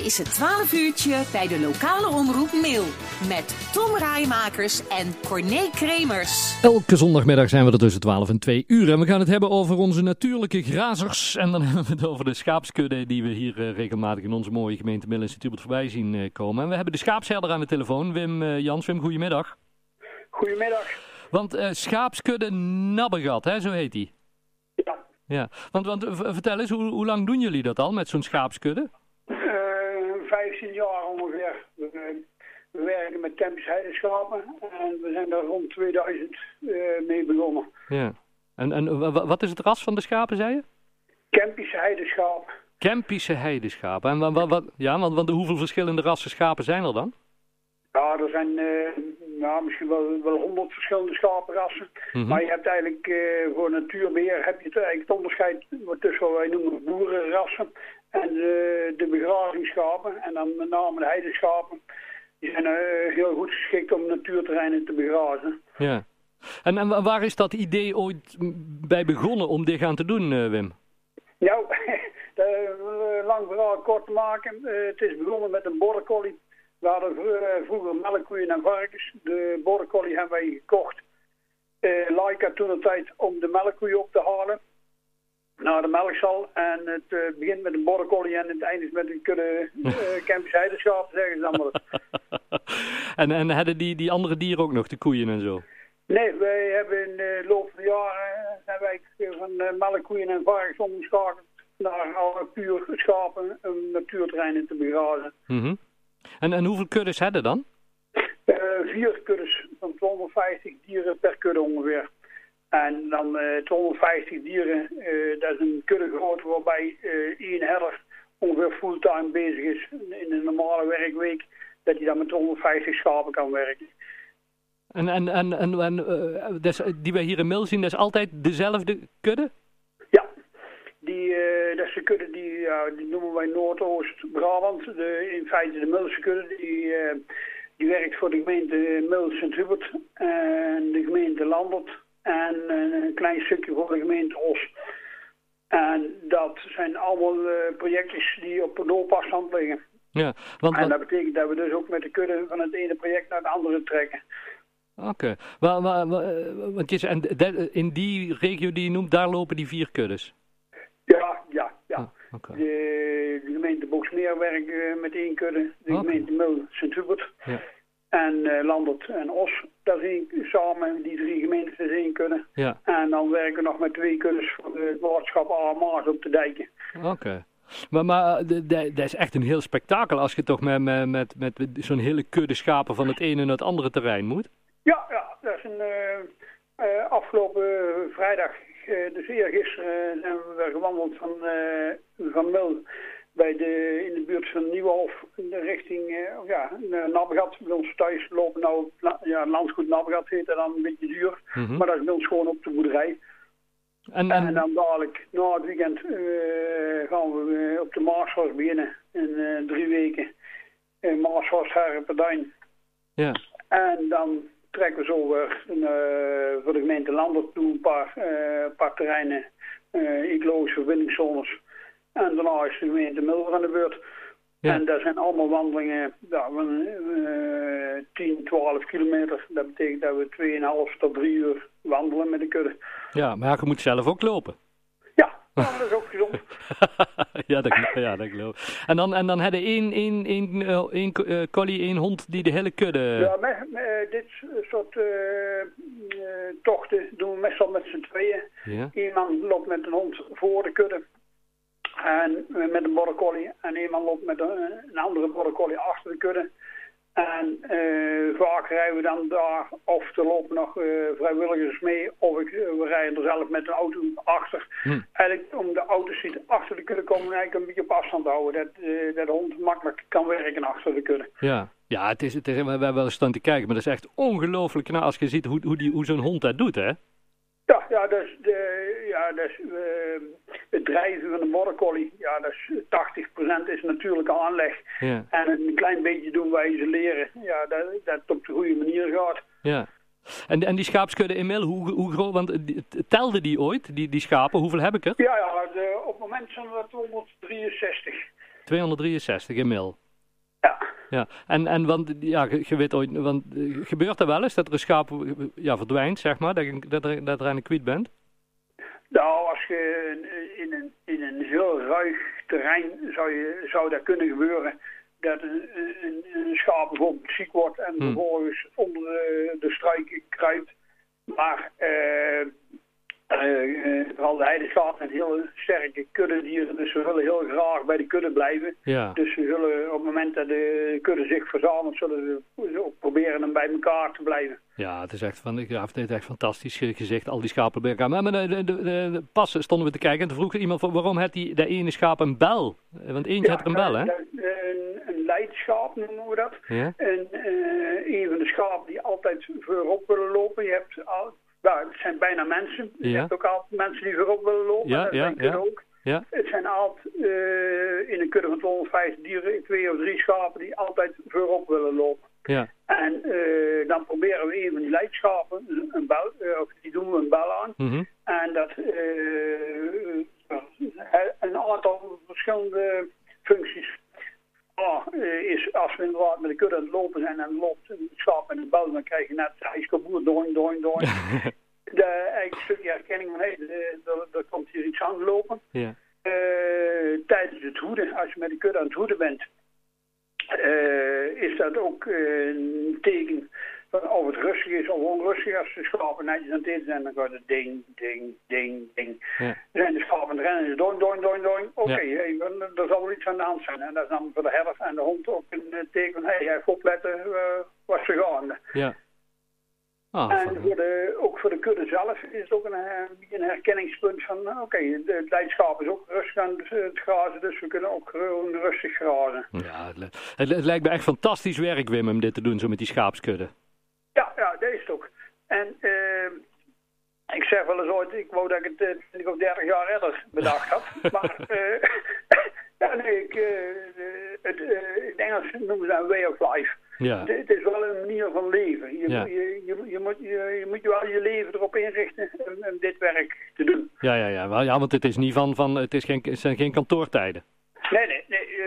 is het 12 uurtje bij de lokale omroep Mil. Met Tom Rijmakers en Corné Kremers. Elke zondagmiddag zijn we er tussen 12 en 2 uur. En we gaan het hebben over onze natuurlijke grazers. En dan hebben we het over de schaapskudde die we hier regelmatig in onze mooie gemeente Mil en Sint-Hubert voorbij zien komen. En we hebben de schaapsherder aan de telefoon, Wim Jans. Wim, goedemiddag. Goedemiddag. Want schaapskudde Nabbegat, hè, zo heet die. Ja. Want vertel eens, hoe lang doen jullie dat al met zo'n schaapskudde? 15 jaar ongeveer. We werken met Kempische heideschapen en we zijn daar rond 2000 mee begonnen. Ja. En wat is het ras van de schapen, zei je? Kempische heideschapen. Kempische heideschapen. En want hoeveel verschillende rassen schapen zijn er dan? Ja, er zijn misschien wel 100 verschillende schapenrassen. Mm-hmm. Maar je hebt eigenlijk voor natuurbeheer heb je het onderscheid tussen wat wij noemen boerenrassen en de begrazingsschapen. En dan met name de heideschapen. Die zijn heel goed geschikt om natuurterreinen te begrazen. Ja. En waar is dat idee ooit bij begonnen om dit gaan te doen, Wim? Nou, lang verhaal kort te maken. Het is begonnen met een border collie. We hadden vroeger melkkoeien en varkens. De border collie hebben wij gekocht. Laika toen de tijd om de melkkoeien op te halen. Naar de melkstal. En het begint met een border collie en het eindigt met een kudde Kempische heideschapen, zeggen ze dan maar. En hadden die andere dieren ook nog, de koeien en zo? Nee, wij hebben in de loop van de jaren van melkkoeien en varkens omgeschakeld naar alle puur schapen om natuurterreinen te begrazen. Mm-hmm. En hoeveel kuddes hadden dan? 4 kuddes van 250 dieren per kudde ongeveer. En dan 250 dieren, dat is een kudde grootte waarbij 1 herder ongeveer fulltime bezig is in een normale werkweek, dat hij dan met 250 schapen kan werken. En die wij hier in Mil zien, dat is altijd dezelfde kudde? Ja, dat is de kudde die noemen wij Noordoost-Brabant. In feite de Milse kudde, die werkt voor de gemeente Mil Sint-Hubert en de gemeente Landert en een klein stukje voor de gemeente Os. En dat zijn allemaal projectjes die op doorpasstand liggen. Ja, en dat betekent dat we dus ook met de kudde van het ene project naar het andere trekken. Oké. Want in die regio die je noemt, daar lopen die 4 kuddes? Ja. Okay. De gemeente Boxmeer werkt met 1 kudde. De gemeente Mil Sint-Hubert. Ja. En Landert en Os. Dat is samen, die 3 gemeentes is 1 kudde. Ja. En dan werken we nog met 2 kuddes voor het waterschap Alamaars op de dijken. Oké. Maar dat is echt een heel spektakel als je toch met zo'n hele kudde schapen van het ene naar het andere terrein moet. Ja, dat is afgelopen vrijdag, dus eergisteren, zijn we weer gewandeld van Mil in de buurt van Nieuwhof richting Nabbegat. Bij ons thuis lopen nou, landgoed Nabbegat heet dat dan een beetje duur, maar dat is bij ons gewoon op de boerderij. En dan dadelijk, na het weekend, gaan we op de Maashorst beginnen in 3 weken. Maashorst, Herreperduin. Ja. En dan trekken we zo weer voor de gemeente Landert toe een paar terreinen, ecologische verbindingszones. En daarna is de gemeente Mil aan de beurt. Ja. En dat zijn allemaal wandelingen van 10, 12 kilometer. Dat betekent dat we 2,5 tot 3 uur wandelen met de kudde. Ja, maar je moet zelf ook lopen. Ja, dat is ook gezond. ja, dat geloof ik. En dan hadden één collie, 1 hond die de hele kudde... Ja, dit soort tochten doen we meestal met z'n tweeën. Ja. Iemand loopt met een hond voor de kudde. En met een border collie. En iemand loopt met een andere border collie achter de kudde. En vaak rijden we dan daar, of er lopen nog vrijwilligers mee, of we rijden er zelf met een auto achter. Eigenlijk om de auto's die achter de kudde komen, eigenlijk een beetje op afstand houden. Dat de hond makkelijk kan werken achter de kudde. Ja, het is, we hebben wel eens staan te kijken, maar dat is echt ongelooflijk als je ziet hoe zo'n hond dat doet, hè? Ja, dat is het drijven van een border collie. Ja, dat is 80% is natuurlijke aanleg. Ja. En een klein beetje doen wij isoleren. Ja, dat het op de goede manier gaat. Ja. En die schaapskudde in Mil, hoe groot, want telde die ooit, die schapen? Hoeveel heb ik er? Ja, op het moment zijn we 263. 263 in Mil. Ja. Ja, en want, ja, je weet ooit, want gebeurt er wel eens dat er een schaap verdwijnt, zeg maar, dat er aan de kwijt bent? Nou, als je in een heel ruig terrein zou dat kunnen gebeuren, dat een schaap bijvoorbeeld ziek wordt en vervolgens onder de struiken kruipt. Maar vooral de heideschaap zijn hele sterke kuddedieren, dus ze willen heel graag bij de kudde blijven. Ja. Dus ze zullen op het moment dat de kudde zich verzamelt, zullen ze ook proberen om bij elkaar te blijven. Ja, het is echt fantastisch gezegd, al die schapen bij elkaar. Maar pas stonden we te kijken en toen vroeg iemand waarom had dat ene schaap een bel? Want eentje had er een bel, hè? Een leidschaap noemen we dat. Ja? En een van de schapen die altijd voorop willen lopen. Je hebt het zijn bijna mensen. Je hebt ook altijd mensen die voorop willen lopen. Ook. Ja. Het zijn altijd in een kudde van 250 dieren 2 of 3 schapen die altijd voorop willen lopen. Ja. En dan proberen we een van die leidschapen, die doen we een bel aan. Mm-hmm. En dat een aantal verschillende functies is als we inderdaad met de kudde aan het lopen zijn en loopt een schaap met een bel, dan krijg je net ijskoboer, doing. Eigenlijk een stukje herkenning van er komt hier iets aan lopen. Ja. Tijdens het hoeden, als je met de kudde aan het hoeden bent, is dat ook een teken van of het rustig is of onrustig. Als de schapen netjes aan het eten zijn, dan gaat het ding. Ja. Zijn de schapen aan het rennen, is doing. Oké, er zal wel iets aan de hand zijn. En dat is dan voor de herder en de hond ook een teken van, hij heeft opletten, was ze gaande. Ja. En ook voor de kudde zelf is het ook een herkenningspunt van, het leidschaap is ook rustig aan het grazen, dus we kunnen ook gewoon rustig grazen. Ja, het lijkt me echt fantastisch werk, Wim, om dit te doen, zo met die schaapskudde. Ja, dat is het ook. En ik zeg wel eens ooit, ik wou dat ik het 20 of 30 jaar eerder bedacht had, maar in Engels noemen ze dat een way of life. Ja. Het is wel een manier van leven. Je moet wel je leven erop inrichten om dit werk te doen. Ja, want het is niet het zijn geen kantoortijden. Nee.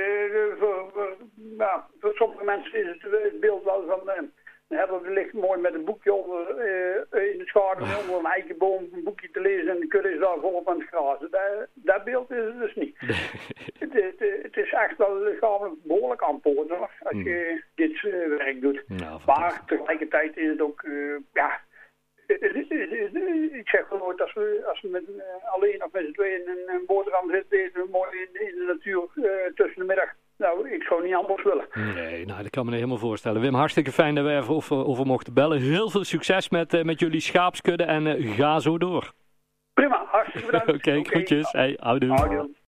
Voor sommige mensen is het beeld wel van een herder ligt mooi met een boekje onder in de schaduw onder een eikenboom een boekje te lezen en de kudde is daar volop aan het grazen. Dat beeld is het dus niet. Het is echt wel behoorlijk aanpoten als je dit werk doet. Nou, maar tegelijkertijd is het ook, ik zeg wel nooit, als we met alleen of met z'n tweeën een boterham zitten, eten we mooi in de natuur tussen de middag. Nou, ik zou niet anders willen. Nee, dat kan me helemaal voorstellen. Wim, hartstikke fijn dat we even over mochten bellen. Heel veel succes met jullie schaapskudde en ga zo door. Prima, hartstikke bedankt. Oké, groetjes. Hey, houdoe.